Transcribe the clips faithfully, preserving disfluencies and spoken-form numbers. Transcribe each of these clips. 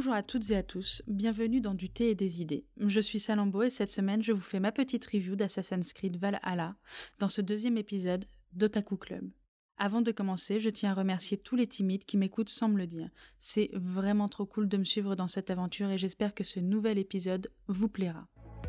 Bonjour à toutes et à tous, bienvenue dans Du thé et des idées. Je suis Salambo et cette semaine je vous fais ma petite review d'Assassin's Creed Valhalla dans ce deuxième épisode d'Otaku Club. Avant de commencer, je tiens à remercier tous les timides qui m'écoutent sans me le dire. C'est vraiment trop cool de me suivre dans cette aventure et j'espère que ce nouvel épisode vous plaira.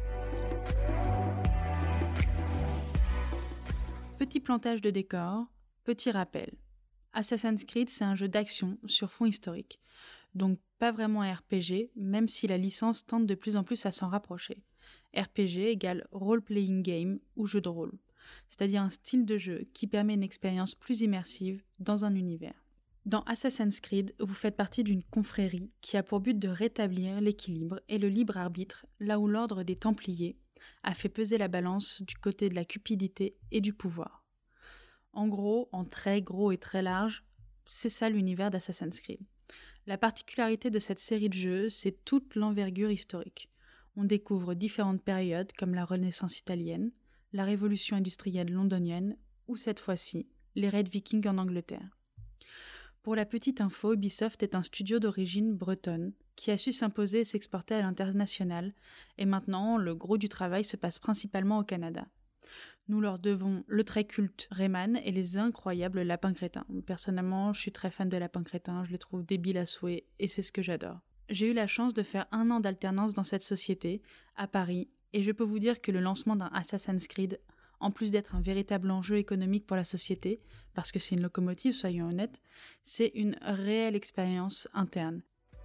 Petit plantage de décor, petit rappel. Assassin's Creed, c'est un jeu d'action sur fond historique. Donc pas vraiment un R P G, même si la licence tente de plus en plus à s'en rapprocher. R P G égale role-playing game ou jeu de rôle, c'est-à-dire un style de jeu qui permet une expérience plus immersive dans un univers. Dans Assassin's Creed, vous faites partie d'une confrérie qui a pour but de rétablir l'équilibre et le libre arbitre, là où l'ordre des Templiers a fait peser la balance du côté de la cupidité et du pouvoir. En gros, en très gros et très large, c'est ça l'univers d'Assassin's Creed. La particularité de cette série de jeux, c'est toute l'envergure historique. On découvre différentes périodes comme la Renaissance italienne, la Révolution industrielle londonienne ou cette fois-ci, les raids vikings en Angleterre. Pour la petite info, Ubisoft est un studio d'origine bretonne qui a su s'imposer et s'exporter à l'international et maintenant le gros du travail se passe principalement au Canada. Nous leur devons le très culte Rayman et les incroyables lapins crétins. Personnellement, je suis très fan des lapins crétins, je les trouve débiles à souhait et c'est ce que j'adore. J'ai eu la chance de faire un an d'alternance dans cette société, à Paris, et je peux vous dire que le lancement d'un Assassin's Creed, en plus d'être un véritable enjeu économique pour la société, parce que c'est une locomotive, soyons honnêtes, c'est une réelle expérience interne.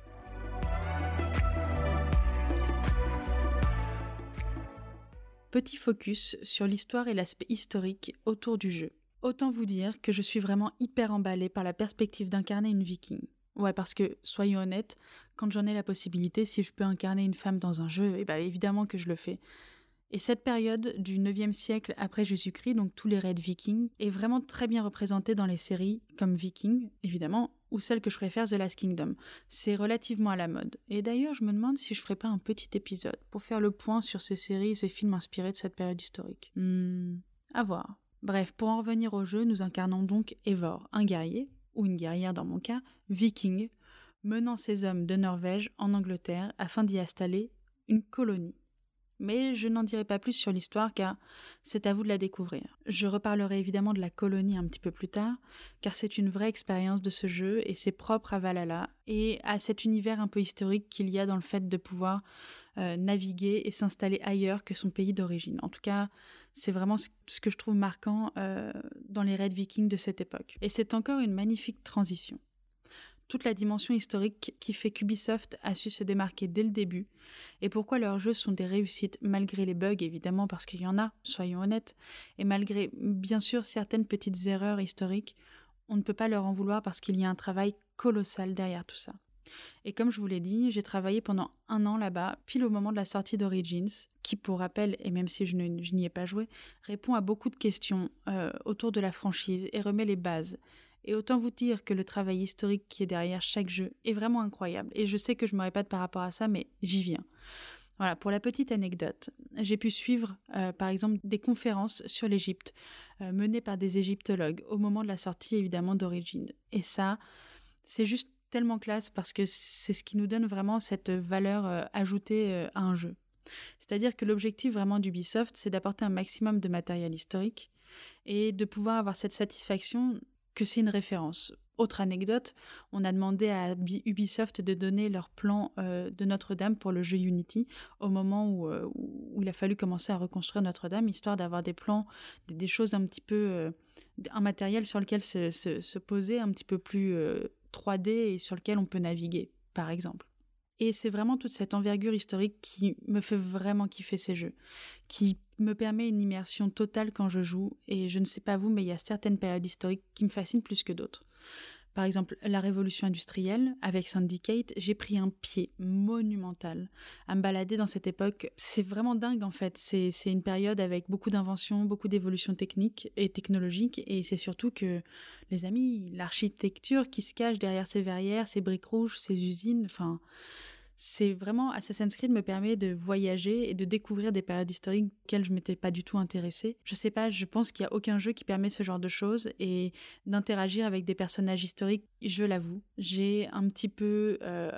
Petit focus sur l'histoire et l'aspect historique autour du jeu. Autant vous dire que je suis vraiment hyper emballée par la perspective d'incarner une viking. Ouais, parce que, soyons honnêtes, quand j'en ai la possibilité, si je peux incarner une femme dans un jeu, eh ben évidemment que je le fais. Et cette période du neuvième siècle après Jésus-Christ, donc tous les raids vikings, est vraiment très bien représentée dans les séries comme Viking, évidemment, ou celle que je préfère, The Last Kingdom. C'est relativement à la mode. Et d'ailleurs, je me demande si je ferais pas un petit épisode pour faire le point sur ces séries et ces films inspirés de cette période historique. Hmm, à voir. Bref, pour en revenir au jeu, nous incarnons donc Eivor, un guerrier, ou une guerrière dans mon cas, viking, menant ses hommes de Norvège en Angleterre afin d'y installer une colonie. Mais je n'en dirai pas plus sur l'histoire car c'est à vous de la découvrir. Je reparlerai évidemment de la colonie un petit peu plus tard car c'est une vraie expérience de ce jeu et c'est propre à Valhalla et à cet univers un peu historique qu'il y a dans le fait de pouvoir euh, naviguer et s'installer ailleurs que son pays d'origine. En tout cas, c'est vraiment ce que je trouve marquant euh, dans les raids vikings de cette époque. Et c'est encore une magnifique transition. Toute la dimension historique qui fait qu'Ubisoft a su se démarquer dès le début et pourquoi leurs jeux sont des réussites malgré les bugs évidemment parce qu'il y en a, soyons honnêtes, et malgré bien sûr certaines petites erreurs historiques, on ne peut pas leur en vouloir parce qu'il y a un travail colossal derrière tout ça. Et comme je vous l'ai dit, j'ai travaillé pendant un an là-bas, pile au moment de la sortie d'Origins, qui pour rappel, et même si je, ne, je n'y ai pas joué, répond à beaucoup de questions euh, autour de la franchise et remet les bases. Et autant vous dire que le travail historique qui est derrière chaque jeu est vraiment incroyable. Et je sais que je me répète par rapport à ça, mais j'y viens. Voilà, pour la petite anecdote, j'ai pu suivre euh, par exemple des conférences sur l'Égypte, euh, menées par des égyptologues au moment de la sortie évidemment d'Origins. Et ça, c'est juste tellement classe parce que c'est ce qui nous donne vraiment cette valeur euh, ajoutée euh, à un jeu. C'est-à-dire que l'objectif vraiment d'Ubisoft, c'est d'apporter un maximum de matériel historique et de pouvoir avoir cette satisfaction que c'est une référence. Autre anecdote, on a demandé à Ubisoft de donner leur plan euh, de Notre-Dame pour le jeu Unity au moment où, euh, où il a fallu commencer à reconstruire Notre-Dame, histoire d'avoir des plans, des, des choses un petit peu, euh, un matériel sur lequel se, se, se poser un petit peu plus euh, trois D et sur lequel on peut naviguer, par exemple. Et c'est vraiment toute cette envergure historique qui me fait vraiment kiffer ces jeux, qui me permet une immersion totale quand je joue, et je ne sais pas vous, mais il y a certaines périodes historiques qui me fascinent plus que d'autres. Par exemple, la Révolution industrielle, avec Syndicate, j'ai pris un pied monumental à me balader dans cette époque. C'est vraiment dingue en fait, c'est, c'est une période avec beaucoup d'inventions, beaucoup d'évolutions techniques et technologiques, et c'est surtout que, les amis, l'architecture qui se cache derrière ces verrières, ces briques rouges, ces usines, enfin... C'est vraiment, Assassin's Creed me permet de voyager et de découvrir des périodes historiques auxquelles je m'étais pas du tout intéressée. Je sais pas, je pense qu'il y a aucun jeu qui permet ce genre de choses et d'interagir avec des personnages historiques, je l'avoue. J'ai un petit peu euh,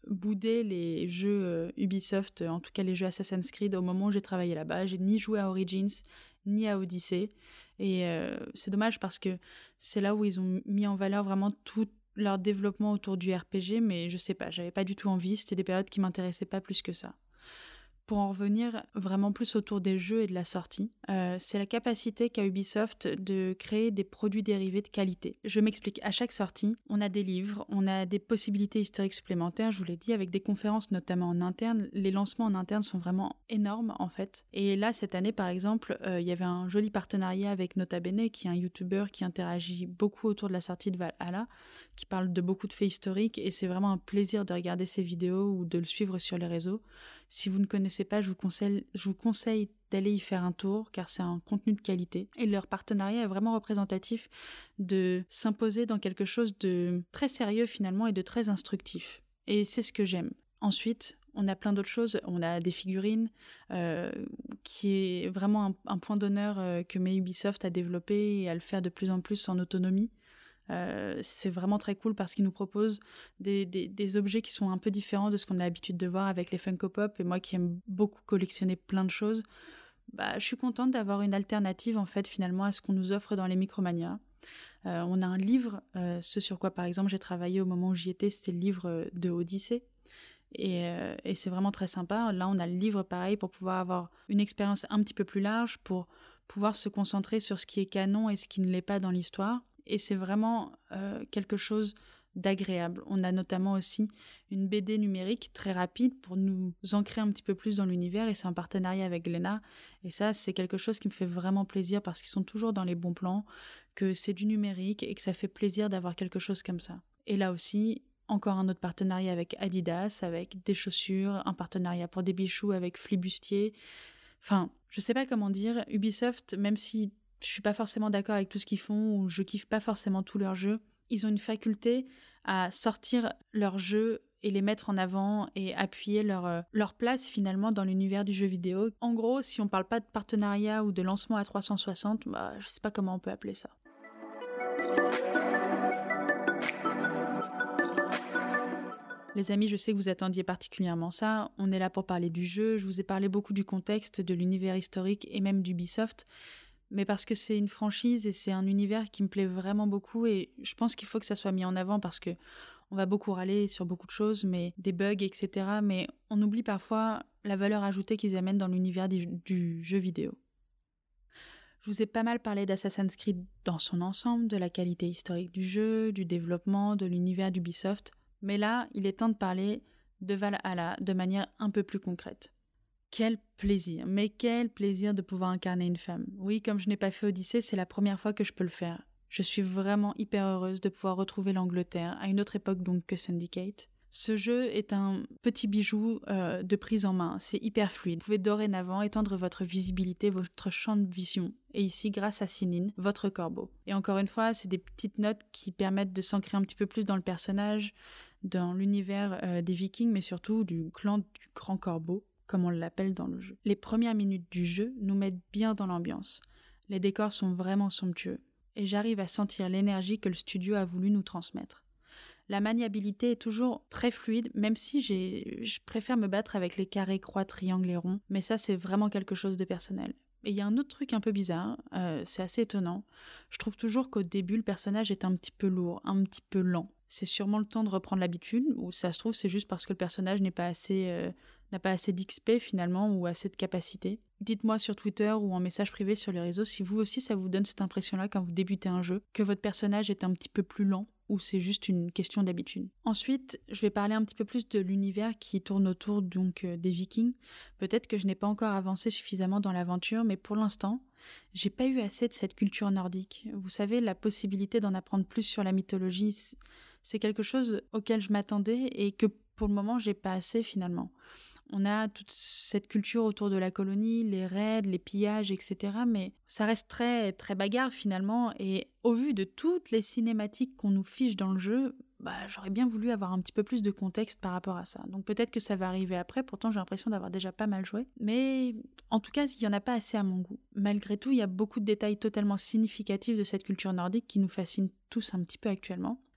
boudé les jeux euh, Ubisoft, en tout cas les jeux Assassin's Creed, au moment où j'ai travaillé là-bas. J'ai ni joué à Origins, ni à Odyssey. Et euh, c'est dommage parce que c'est là où ils ont mis en valeur vraiment tout leur développement autour du R P G, mais je sais pas, j'avais pas du tout envie, c'était des périodes qui m'intéressaient pas plus que ça. Pour en revenir vraiment plus autour des jeux et de la sortie, euh, c'est la capacité qu'a Ubisoft de créer des produits dérivés de qualité. Je m'explique, à chaque sortie, on a des livres, on a des possibilités historiques supplémentaires, je vous l'ai dit, avec des conférences notamment en interne. Les lancements en interne sont vraiment énormes en fait. Et là, cette année par exemple, euh, il y avait un joli partenariat avec Nota Bene, qui est un YouTuber qui interagit beaucoup autour de la sortie de Valhalla, qui parle de beaucoup de faits historiques, et c'est vraiment un plaisir de regarder ses vidéos ou de le suivre sur les réseaux. Si vous ne connaissez pas, je vous conseille, je vous conseille d'aller y faire un tour car c'est un contenu de qualité. Et leur partenariat est vraiment représentatif de s'imposer dans quelque chose de très sérieux finalement et de très instructif. Et c'est ce que j'aime. Ensuite, on a plein d'autres choses. On a des figurines euh, qui est vraiment un, un point d'honneur euh, que met Ubisoft à développer et à le faire de plus en plus en autonomie. Euh, c'est vraiment très cool parce qu'ils nous proposent des, des, des objets qui sont un peu différents de ce qu'on a l'habitude de voir avec les Funko Pop, et moi qui aime beaucoup collectionner plein de choses, bah, je suis contente d'avoir une alternative en fait finalement à ce qu'on nous offre dans les Micromania. Euh, on a un livre, euh, ce sur quoi par exemple j'ai travaillé au moment où j'y étais, c'était le livre de Odyssey. Et, euh, et c'est vraiment très sympa. Là on a le livre pareil pour pouvoir avoir une expérience un petit peu plus large, pour pouvoir se concentrer sur ce qui est canon et ce qui ne l'est pas dans l'histoire. Et c'est vraiment euh, quelque chose d'agréable. On a notamment aussi une B D numérique très rapide pour nous ancrer un petit peu plus dans l'univers, et c'est un partenariat avec Glénat. Et ça, c'est quelque chose qui me fait vraiment plaisir parce qu'ils sont toujours dans les bons plans, que c'est du numérique et que ça fait plaisir d'avoir quelque chose comme ça. Et là aussi, encore un autre partenariat avec Adidas, avec des chaussures, un partenariat pour des bijoux avec Flibustier. Enfin, je sais pas comment dire, Ubisoft, même si je suis pas forcément d'accord avec tout ce qu'ils font ou je kiffe pas forcément tous leurs jeux, ils ont une faculté à sortir leurs jeux et les mettre en avant et appuyer leur, euh, leur place finalement dans l'univers du jeu vidéo. En gros, si on parle pas de partenariat ou de lancement à trois cent soixante, bah, je sais pas comment on peut appeler ça. Les amis, je sais que vous attendiez particulièrement ça. On est là pour parler du jeu. Je vous ai parlé beaucoup du contexte, de l'univers historique et même d'Ubisoft. Mais parce que c'est une franchise et c'est un univers qui me plaît vraiment beaucoup, et je pense qu'il faut que ça soit mis en avant parce que on va beaucoup râler sur beaucoup de choses, mais des bugs, et cetera. Mais on oublie parfois la valeur ajoutée qu'ils amènent dans l'univers du, du jeu vidéo. Je vous ai pas mal parlé d'Assassin's Creed dans son ensemble, de la qualité historique du jeu, du développement, de l'univers d'Ubisoft. Mais là, il est temps de parler de Valhalla de manière un peu plus concrète. Quel plaisir, mais quel plaisir de pouvoir incarner une femme. Oui, comme je n'ai pas fait Odyssée, c'est la première fois que je peux le faire. Je suis vraiment hyper heureuse de pouvoir retrouver l'Angleterre, à une autre époque donc que Syndicate. Ce jeu est un petit bijou euh, de prise en main, c'est hyper fluide. Vous pouvez dorénavant étendre votre visibilité, votre champ de vision. Et ici, grâce à Sinin, votre corbeau. Et encore une fois, c'est des petites notes qui permettent de s'ancrer un petit peu plus dans le personnage, dans l'univers euh, des Vikings, mais surtout du clan du Grand Corbeau, comme on l'appelle dans le jeu. Les premières minutes du jeu nous mettent bien dans l'ambiance. Les décors sont vraiment somptueux, et j'arrive à sentir l'énergie que le studio a voulu nous transmettre. La maniabilité est toujours très fluide, même si j'ai... je préfère me battre avec les carrés, croix, triangles et ronds, mais ça c'est vraiment quelque chose de personnel. Et il y a un autre truc un peu bizarre, euh, c'est assez étonnant. Je trouve toujours qu'au début, le personnage est un petit peu lourd, un petit peu lent. C'est sûrement le temps de reprendre l'habitude, ou ça se trouve c'est juste parce que le personnage n'est pas assez... Euh, n'a pas assez d'X P finalement ou assez de capacité. Dites-moi sur Twitter ou en message privé sur les réseaux si vous aussi ça vous donne cette impression-là quand vous débutez un jeu, que votre personnage est un petit peu plus lent ou c'est juste une question d'habitude. Ensuite, je vais parler un petit peu plus de l'univers qui tourne autour donc euh, des Vikings. Peut-être que je n'ai pas encore avancé suffisamment dans l'aventure, mais pour l'instant, j'ai pas eu assez de cette culture nordique. Vous savez, la possibilité d'en apprendre plus sur la mythologie, c'est quelque chose auquel je m'attendais et que pour le moment, j'ai pas assez finalement. On a toute cette culture autour de la colonie, les raids, les pillages, et cetera. Mais ça reste très, très bagarre finalement. Et au vu de toutes les cinématiques qu'on nous fiche dans le jeu, bah, j'aurais bien voulu avoir un petit peu plus de contexte par rapport à ça. Donc peut-être que ça va arriver après. Pourtant, j'ai l'impression d'avoir déjà pas mal joué. Mais en tout cas, il n'y en a pas assez à mon goût. Malgré tout, il y a beaucoup de détails totalement significatifs de cette culture nordique qui nous fascinent tous un petit peu actuellement.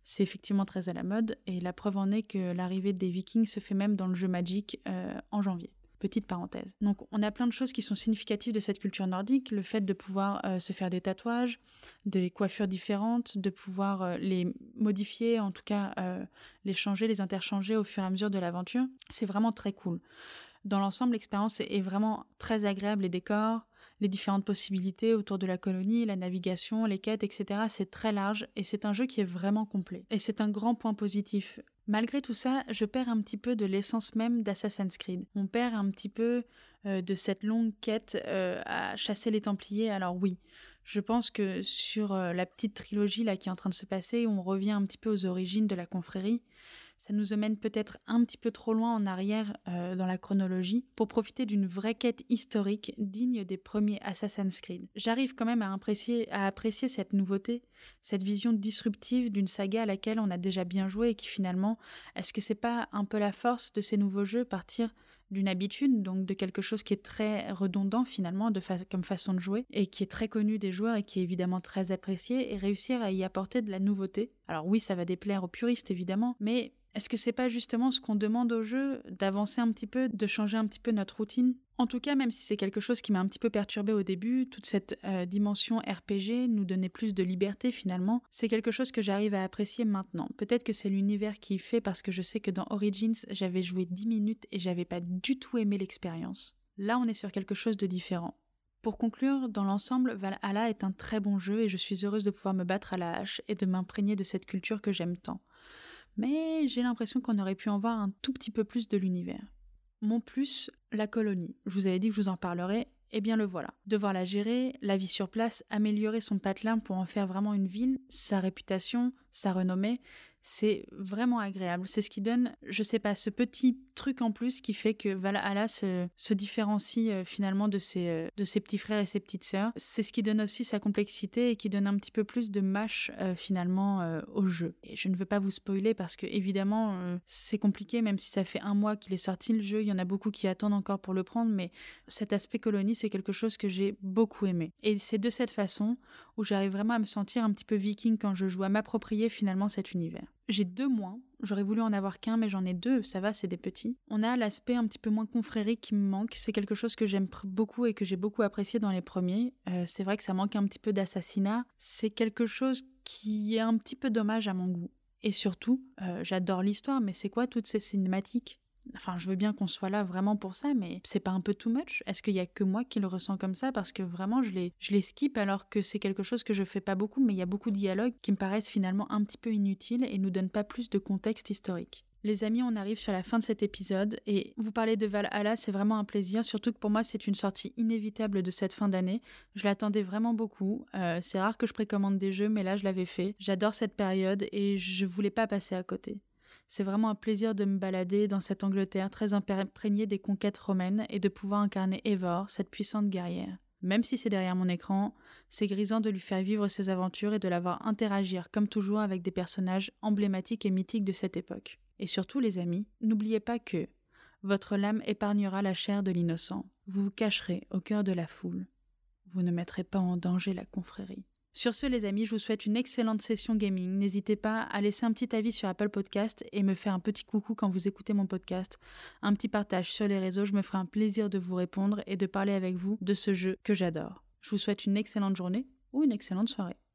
c'est effectivement très à la mode, et la preuve en est que l'arrivée des Vikings se fait même dans le jeu Magic euh, en janvier. Petite parenthèse. Donc on a plein de choses qui sont significatives de cette culture nordique, le fait de pouvoir euh, se faire des tatouages, des coiffures différentes, de pouvoir euh, les modifier, en tout cas euh, les changer, les interchanger au fur et à mesure de l'aventure. C'est vraiment très cool. Dans l'ensemble, l'expérience est vraiment très agréable, les décors, les différentes possibilités autour de la colonie, la navigation, les quêtes, et cetera. C'est très large et c'est un jeu qui est vraiment complet. Et c'est un grand point positif. Malgré tout ça, je perds un petit peu de l'essence même d'Assassin's Creed. On perd un petit peu euh, de cette longue quête euh, à chasser les Templiers. Alors oui, je pense que sur euh, la petite trilogie là qui est en train de se passer, on revient un petit peu aux origines de la confrérie. Ça nous emmène peut-être un petit peu trop loin en arrière euh, dans la chronologie pour profiter d'une vraie quête historique digne des premiers Assassin's Creed. J'arrive quand même à apprécier, à apprécier cette nouveauté, cette vision disruptive d'une saga à laquelle on a déjà bien joué et qui finalement, est-ce que c'est pas un peu la force de ces nouveaux jeux, partir d'une habitude, donc de quelque chose qui est très redondant finalement de fa- comme façon de jouer et qui est très connu des joueurs et qui est évidemment très apprécié, et réussir à y apporter de la nouveauté. Alors oui, ça va déplaire aux puristes évidemment, mais est-ce que c'est pas justement ce qu'on demande au jeu, d'avancer un petit peu, de changer un petit peu notre routine ? En tout cas, même si c'est quelque chose qui m'a un petit peu perturbée au début, toute cette euh, dimension R P G nous donnait plus de liberté finalement, c'est quelque chose que j'arrive à apprécier maintenant. Peut-être que c'est l'univers qui y fait, parce que je sais que dans Origins, j'avais joué dix minutes et j'avais pas du tout aimé l'expérience. Là, on est sur quelque chose de différent. Pour conclure, dans l'ensemble, Valhalla est un très bon jeu et je suis heureuse de pouvoir me battre à la hache et de m'imprégner de cette culture que j'aime tant. Mais j'ai l'impression qu'on aurait pu en voir un tout petit peu plus de l'univers. Mon plus, la colonie. Je vous avais dit que je vous en parlerais, eh bien le voilà. Devoir la gérer, la vie sur place, améliorer son patelin pour en faire vraiment une ville, sa réputation, sa renommée, c'est vraiment agréable. C'est ce qui donne, je sais pas, ce petit truc en plus qui fait que Valhalla se, se différencie euh, finalement de ses, euh, de ses petits frères et ses petites sœurs. C'est ce qui donne aussi sa complexité et qui donne un petit peu plus de mâche euh, finalement euh, au jeu. Et je ne veux pas vous spoiler parce que évidemment euh, c'est compliqué, même si ça fait un mois qu'il est sorti le jeu, il y en a beaucoup qui attendent encore pour le prendre, mais cet aspect colonie, c'est quelque chose que j'ai beaucoup aimé. Et c'est de cette façon où j'arrive vraiment à me sentir un petit peu viking quand je joue, à m'approprier finalement cet univers. J'ai deux moins, j'aurais voulu en avoir qu'un, mais j'en ai deux, ça va, c'est des petits. On a l'aspect un petit peu moins confrérique qui me manque, c'est quelque chose que j'aime beaucoup et que j'ai beaucoup apprécié dans les premiers. Euh, c'est vrai que ça manque un petit peu d'assassinat, c'est quelque chose qui est un petit peu dommage à mon goût. Et surtout, euh, j'adore l'histoire, mais c'est quoi toutes ces cinématiques ? Enfin, je veux bien qu'on soit là vraiment pour ça, mais c'est pas un peu too much ? Est-ce qu'il y a que moi qui le ressens comme ça ? Parce que vraiment, je les, je les skip alors que c'est quelque chose que je fais pas beaucoup, mais il y a beaucoup de dialogues qui me paraissent finalement un petit peu inutiles et nous donnent pas plus de contexte historique. Les amis, on arrive sur la fin de cet épisode et vous parler de Valhalla, c'est vraiment un plaisir, surtout que pour moi, c'est une sortie inévitable de cette fin d'année. Je l'attendais vraiment beaucoup. Euh, c'est rare que je précommande des jeux, mais là, je l'avais fait. J'adore cette période et je voulais pas passer à côté. C'est vraiment un plaisir de me balader dans cette Angleterre très imprégnée des conquêtes romaines et de pouvoir incarner Eivor, cette puissante guerrière. Même si c'est derrière mon écran, c'est grisant de lui faire vivre ses aventures et de la voir interagir comme toujours avec des personnages emblématiques et mythiques de cette époque. Et surtout les amis, n'oubliez pas que votre lame épargnera la chair de l'innocent. Vous vous cacherez au cœur de la foule. Vous ne mettrez pas en danger la confrérie. Sur ce les amis, je vous souhaite une excellente session gaming. N'hésitez pas à laisser un petit avis sur Apple Podcast et me faire un petit coucou quand vous écoutez mon podcast. Un petit partage sur les réseaux, je me ferai un plaisir de vous répondre et de parler avec vous de ce jeu que j'adore. Je vous souhaite une excellente journée ou une excellente soirée.